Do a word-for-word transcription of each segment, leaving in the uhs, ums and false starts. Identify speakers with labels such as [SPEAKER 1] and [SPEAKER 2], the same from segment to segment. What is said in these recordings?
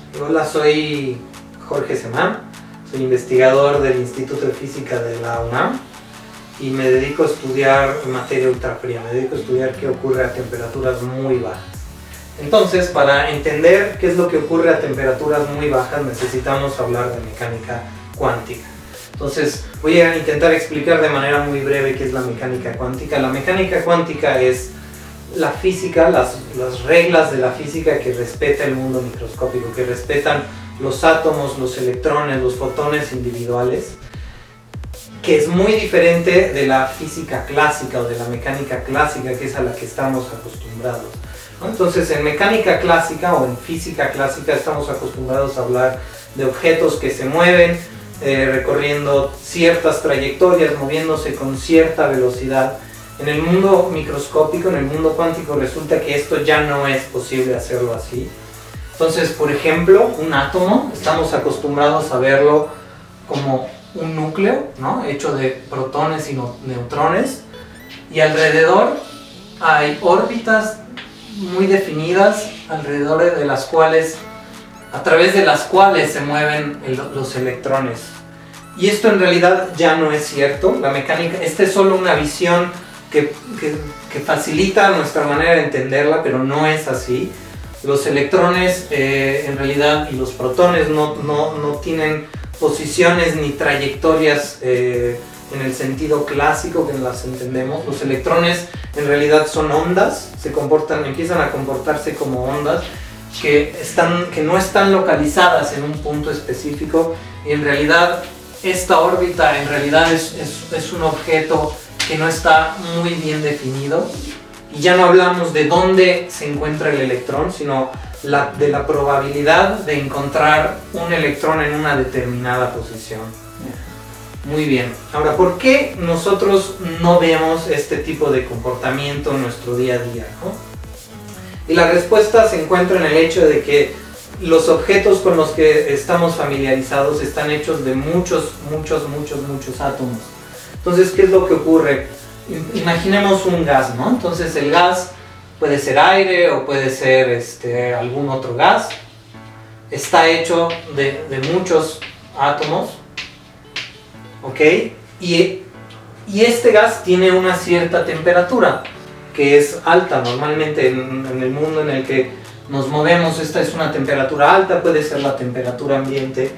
[SPEAKER 1] Hola, soy Jorge Semán, soy investigador del Instituto de Física de la UNAM y me dedico a estudiar materia ultrafría, me dedico a estudiar qué ocurre a temperaturas muy bajas. Entonces, para entender qué es lo que ocurre a temperaturas muy bajas, necesitamos hablar de mecánica cuántica. Entonces, voy a intentar explicar de manera muy breve qué es la mecánica cuántica. La mecánica cuántica es la física, las, las reglas de la física que respeta el mundo microscópico, que respetan los átomos, los electrones, los fotones individuales, que es muy diferente de la física clásica o de la mecánica clásica, que es a la que estamos acostumbrados, ¿no? Entonces, en mecánica clásica o en física clásica estamos acostumbrados a hablar de objetos que se mueven, eh, recorriendo ciertas trayectorias, moviéndose con cierta velocidad. En el mundo microscópico, en el mundo cuántico, resulta que esto ya no es posible hacerlo así. Entonces, por ejemplo, un átomo, estamos acostumbrados a verlo como un núcleo, ¿no?, hecho de protones y no neutrones, y alrededor hay órbitas muy definidas, alrededor de las cuales, a través de las cuales se mueven el, los electrones. Y esto en realidad ya no es cierto. La mecánica, esta es solo una visión Que, que, que facilita nuestra manera de entenderla, pero no es así. Los electrones eh, en realidad y los protones no, no, no tienen posiciones ni trayectorias eh, en el sentido clásico que las entendemos. Los electrones en realidad son ondas, se comportan, empiezan a comportarse como ondas que, están, que no están localizadas en un punto específico, y en realidad esta órbita en realidad es, es, es un objeto que no está muy bien definido, y ya no hablamos de dónde se encuentra el electrón, sino la, de la probabilidad de encontrar un electrón en una determinada posición. Muy bien. Ahora, ¿por qué nosotros no vemos este tipo de comportamiento en nuestro día a día, ¿no? Y la respuesta se encuentra en el hecho de que los objetos con los que estamos familiarizados están hechos de muchos, muchos, muchos, muchos átomos. Entonces, ¿qué es lo que ocurre? Imaginemos un gas, ¿no? Entonces, el gas puede ser aire o puede ser este, algún otro gas. Está hecho de, de muchos átomos, ¿ok? Y, y este gas tiene una cierta temperatura, que es alta. Normalmente en, en el mundo en el que nos movemos, esta es una temperatura alta, puede ser la temperatura ambiente.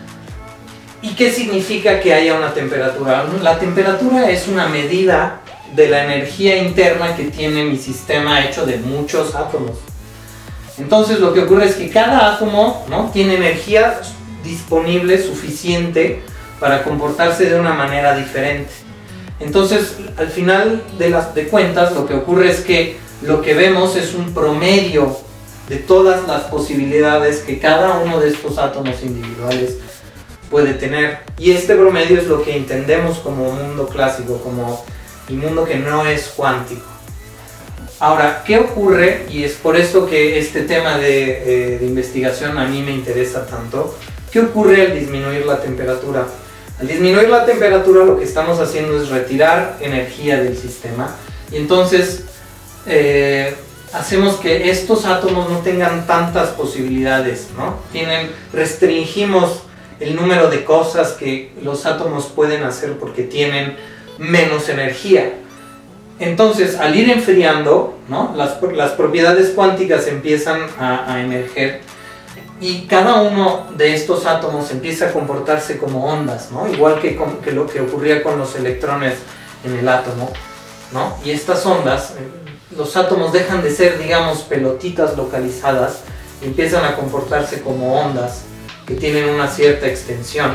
[SPEAKER 1] ¿Y qué significa que haya una temperatura? La temperatura es una medida de la energía interna que tiene mi sistema hecho de muchos átomos. Entonces, lo que ocurre es que cada átomo, ¿no?, tiene energía disponible suficiente para comportarse de una manera diferente. Entonces, al final de las de cuentas, lo que ocurre es que lo que vemos es un promedio de todas las posibilidades que cada uno de estos átomos individuales puede tener, y este promedio es lo que entendemos como mundo clásico, como el mundo que no es cuántico. Ahora, ¿qué ocurre? Y es por eso que este tema de, eh, de investigación a mí me interesa tanto. ¿Qué ocurre al disminuir la temperatura? Al disminuir la temperatura, lo que estamos haciendo es retirar energía del sistema, y entonces eh, hacemos que estos átomos no tengan tantas posibilidades, ¿no? Tienen, restringimos el número de cosas que los átomos pueden hacer porque tienen menos energía. Entonces, al ir enfriando, ¿no?, las, las propiedades cuánticas empiezan a, a emerger, y cada uno de estos átomos empieza a comportarse como ondas, ¿no?, igual que, con, que lo que ocurría con los electrones en el átomo, ¿no? Y estas ondas, los átomos dejan de ser, digamos, pelotitas localizadas y empiezan a comportarse como ondas que tienen una cierta extensión,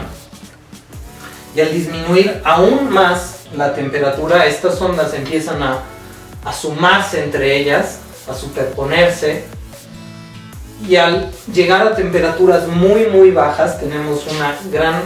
[SPEAKER 1] y al disminuir aún más la temperatura, estas ondas empiezan a, a sumarse entre ellas, a superponerse, y al llegar a temperaturas muy muy bajas tenemos una gran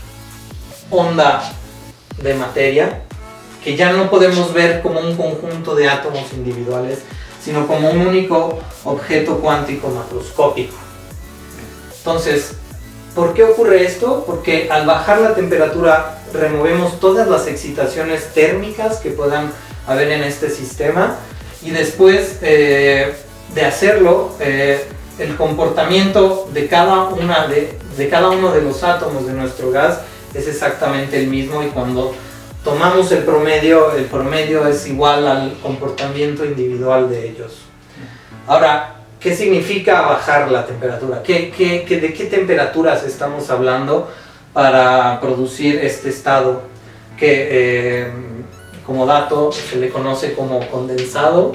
[SPEAKER 1] onda de materia que ya no podemos ver como un conjunto de átomos individuales, sino como un único objeto cuántico macroscópico. Entonces, ¿por qué ocurre esto? Porque al bajar la temperatura removemos todas las excitaciones térmicas que puedan haber en este sistema, y después eh, de hacerlo eh, el comportamiento de cada, una de, de cada uno de los átomos de nuestro gas es exactamente el mismo, y cuando tomamos el promedio, el promedio es igual al comportamiento individual de ellos. Ahora, ¿qué significa bajar la temperatura? ¿Qué, qué, qué, ¿De qué temperaturas estamos hablando para producir este estado que, eh, como dato, se le conoce como condensado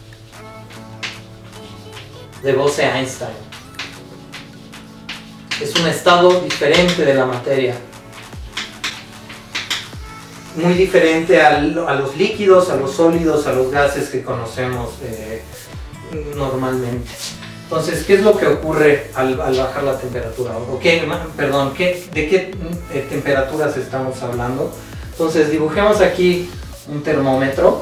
[SPEAKER 1] de Bose-Einstein? Es un estado diferente de la materia, muy diferente al, a los líquidos, a los sólidos, a los gases que conocemos eh, normalmente. Entonces, ¿qué es lo que ocurre al, al bajar la temperatura? ¿O qué, perdón, ¿qué, ¿de qué eh, temperaturas estamos hablando? Entonces, dibujemos aquí un termómetro.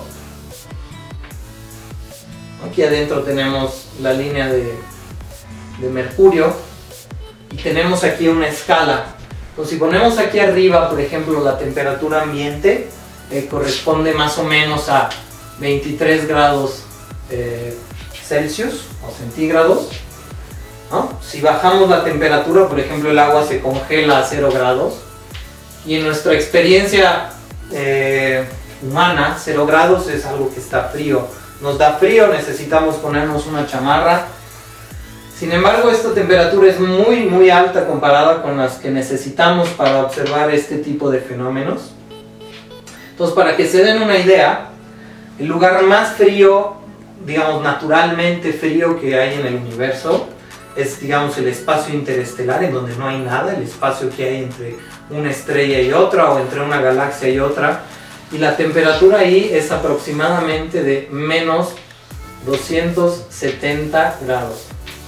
[SPEAKER 1] Aquí adentro tenemos la línea de, de mercurio y tenemos aquí una escala. Entonces, si ponemos aquí arriba, por ejemplo, la temperatura ambiente, eh, corresponde más o menos a veintitrés grados eh, Celsius o centígrados, ¿no? Si bajamos la temperatura, por ejemplo, el agua se congela a cero grados, y en nuestra experiencia eh, humana, cero grados es algo que está frío. Nos da frío, necesitamos ponernos una chamarra. Sin embargo, esta temperatura es muy muy alta comparada con las que necesitamos para observar este tipo de fenómenos. Entonces, para que se den una idea, el lugar más frío, digamos naturalmente frío, que hay en el universo es, digamos, el espacio interestelar, en donde no hay nada, el espacio que hay entre una estrella y otra, o entre una galaxia y otra, y la temperatura ahí es aproximadamente de menos doscientos setenta grados.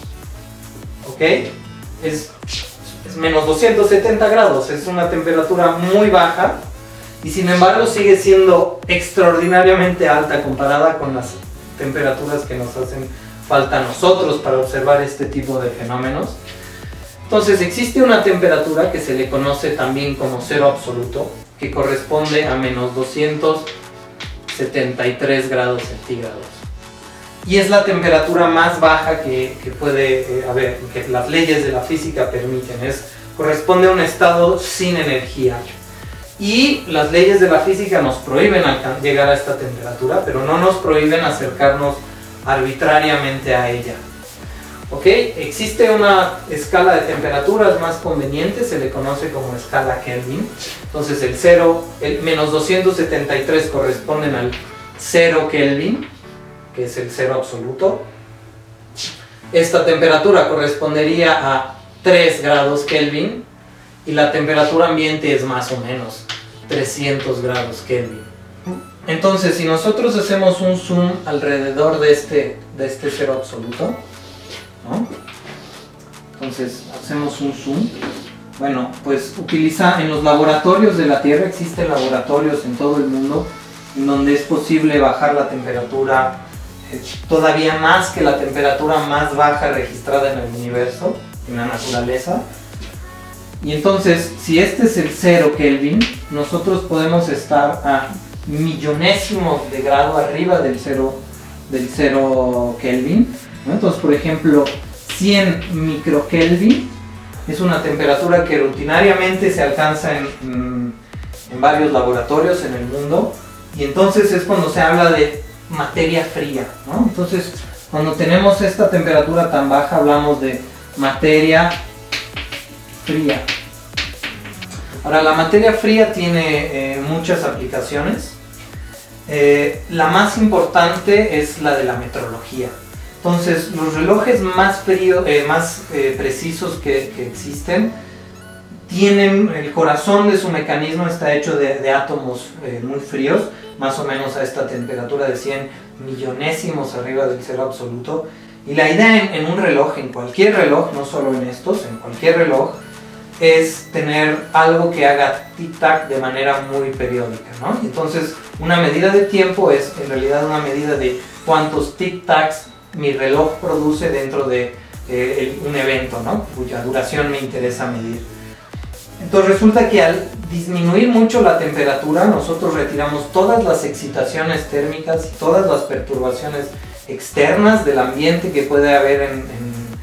[SPEAKER 1] ¿Ok? Es, es menos doscientos setenta grados, es una temperatura muy baja, y sin embargo sigue siendo extraordinariamente alta comparada con las temperaturas que nos hacen falta a nosotros para observar este tipo de fenómenos. Entonces, existe una temperatura que se le conoce también como cero absoluto, que corresponde a menos doscientos setenta y tres grados centígrados. Y es la temperatura más baja que, que puede eh, haber, que las leyes de la física permiten. Es, corresponde a un estado sin energía. Y las leyes de la física nos prohíben llegar a esta temperatura, pero no nos prohíben acercarnos arbitrariamente a ella. ¿Ok? Existe una escala de temperaturas más conveniente, se le conoce como escala Kelvin. Entonces el cero, el menos doscientos setenta y tres corresponden al cero Kelvin, que es el cero absoluto. Esta temperatura correspondería a tres grados Kelvin, y la temperatura ambiente es más o menos trescientos grados Kelvin. Entonces, si nosotros hacemos un zoom alrededor de este, de este cero absoluto, ¿no? Entonces hacemos un zoom. Bueno, pues utiliza en los laboratorios de la Tierra, existen laboratorios en todo el mundo en donde es posible bajar la temperatura eh, todavía más que la temperatura más baja registrada en el universo, en la naturaleza. Y entonces, si este es el cero Kelvin, nosotros podemos estar a millonésimos de grado arriba del cero, del cero Kelvin, ¿no? Entonces, por ejemplo, cien microkelvin es una temperatura que rutinariamente se alcanza en, en varios laboratorios en el mundo, y entonces es cuando se habla de materia fría, ¿no? Entonces, cuando tenemos esta temperatura tan baja, hablamos de materia fría. Ahora, la materia fría tiene eh, muchas aplicaciones. Eh, la más importante es la de la metrología. Entonces, los relojes más, frío, eh, más eh, precisos que, que existen tienen, el corazón de su mecanismo está hecho de, de átomos eh, muy fríos, más o menos a esta temperatura de cien millonésimos arriba del cero absoluto. Y la idea en, en un reloj, en cualquier reloj, no solo en estos, en cualquier reloj, es tener algo que haga tic-tac de manera muy periódica, ¿no? Entonces, una medida de tiempo es en realidad una medida de cuántos tic-tacs mi reloj produce dentro de eh, el, un evento, ¿no? Cuya duración me interesa medir. Entonces resulta que al disminuir mucho la temperatura, nosotros retiramos todas las excitaciones térmicas y todas las perturbaciones externas del ambiente que puede haber en, en,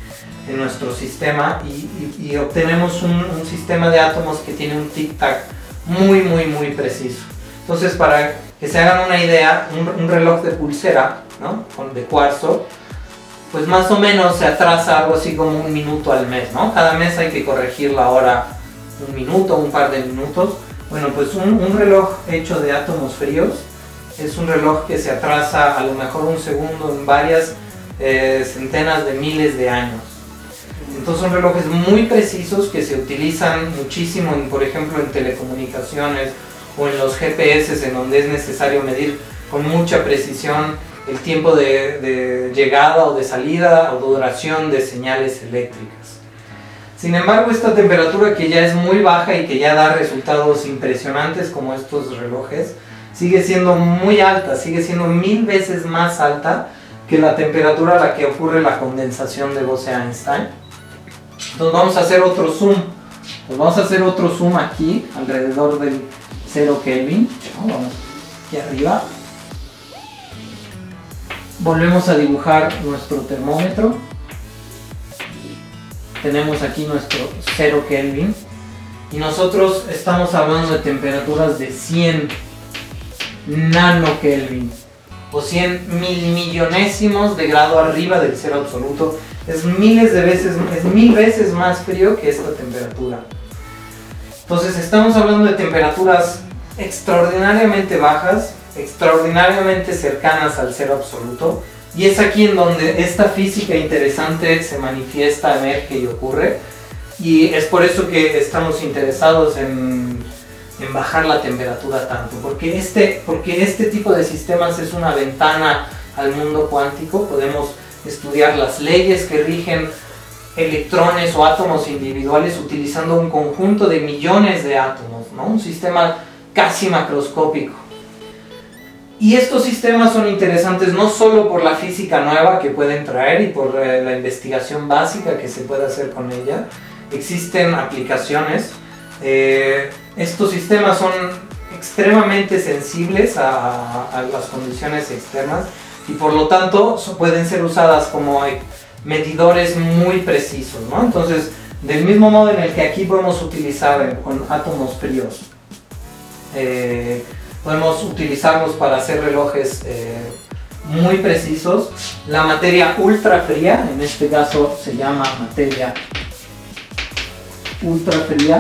[SPEAKER 1] en nuestro sistema y, y, y obtenemos un, un sistema de átomos que tiene un tic-tac muy muy muy preciso. Entonces, para que se hagan una idea, un, un reloj de pulsera, ¿no?, de cuarzo, pues más o menos se atrasa algo así como un minuto al mes, ¿no? Cada mes hay que corregir la hora un minuto, un par de minutos. Bueno, pues un, un reloj hecho de átomos fríos es un reloj que se atrasa a lo mejor un segundo en varias eh, centenas de miles de años. Entonces son relojes muy precisos que se utilizan muchísimo, en, por ejemplo, en telecomunicaciones o en los G P S, en donde es necesario medir con mucha precisión el tiempo de, de llegada o de salida o duración de señales eléctricas. Sin embargo, esta temperatura, que ya es muy baja y que ya da resultados impresionantes como estos relojes, sigue siendo muy alta, sigue siendo mil veces más alta que la temperatura a la que ocurre la condensación de Bose-Einstein. Entonces vamos a hacer otro zoom, pues vamos a hacer otro zoom aquí, alrededor del cero Kelvin, vamos aquí arriba. Volvemos a dibujar nuestro termómetro. Tenemos aquí nuestro cero Kelvin y nosotros estamos hablando de temperaturas de cien nano Kelvin o cien mil millonésimos de grado arriba del cero absoluto. Es miles de veces, es mil veces más frío que esta temperatura. Entonces estamos hablando de temperaturas extraordinariamente bajas, extraordinariamente cercanas al cero absoluto, y es aquí en donde esta física interesante se manifiesta, emerge y ocurre, y es por eso que estamos interesados en, en bajar la temperatura tanto, porque este, porque este tipo de sistemas es una ventana al mundo cuántico. Podemos estudiar las leyes que rigen electrones o átomos individuales utilizando un conjunto de millones de átomos, ¿no? Un sistema casi macroscópico. Y estos sistemas son interesantes no solo por la física nueva que pueden traer y por eh, la investigación básica que se puede hacer con ella. Existen aplicaciones. Eh, estos sistemas son extremadamente sensibles a, a las condiciones externas y por lo tanto pueden ser usadas como medidores muy precisos, ¿no? Entonces, del mismo modo en el que aquí podemos utilizar con átomos fríos, eh, podemos utilizarlos para hacer relojes eh, muy precisos. La materia ultra fría, en este caso se llama materia ultra fría,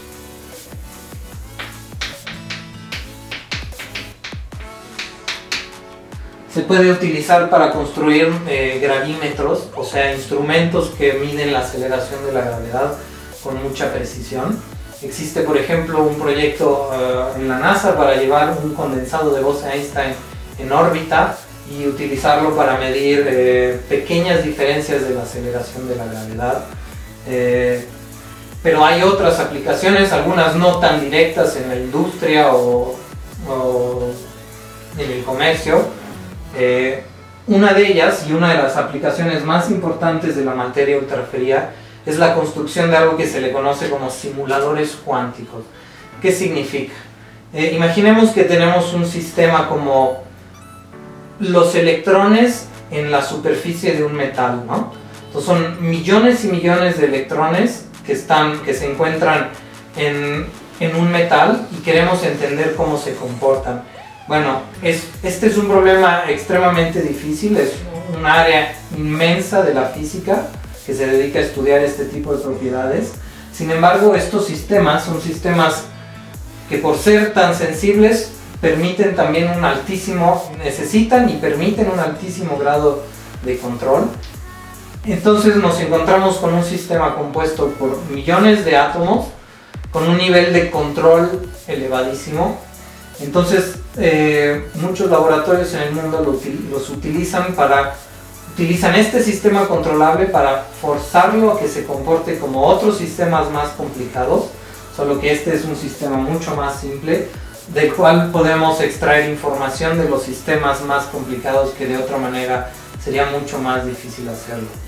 [SPEAKER 1] se puede utilizar para construir eh, gravímetros, o sea, instrumentos que miden la aceleración de la gravedad con mucha precisión. Existe, por ejemplo, un proyecto uh, en la NASA para llevar un condensado de Bose-Einstein en órbita y utilizarlo para medir eh, pequeñas diferencias de la aceleración de la gravedad. Eh, pero hay otras aplicaciones, algunas no tan directas en la industria o, o en el comercio. Eh, una de ellas, y una de las aplicaciones más importantes de la materia ultrafría, es la construcción de algo que se le conoce como simuladores cuánticos. ¿Qué significa? Eh, imaginemos que tenemos un sistema como los electrones en la superficie de un metal, ¿no? Entonces son millones y millones de electrones que, están, que se encuentran en, en un metal y queremos entender cómo se comportan. Bueno, es, este es un problema extremadamente difícil, es un área inmensa de la física que se dedica a estudiar este tipo de propiedades. Sin embargo, estos sistemas son sistemas que, por ser tan sensibles, permiten también un altísimo, necesitan y permiten un altísimo grado de control. Entonces nos encontramos con un sistema compuesto por millones de átomos con un nivel de control elevadísimo. Entonces eh, muchos laboratorios en el mundo lo, los utilizan para utilizan este sistema controlable para forzarlo a que se comporte como otros sistemas más complicados, solo que este es un sistema mucho más simple, del cual podemos extraer información de los sistemas más complicados que de otra manera sería mucho más difícil hacerlo.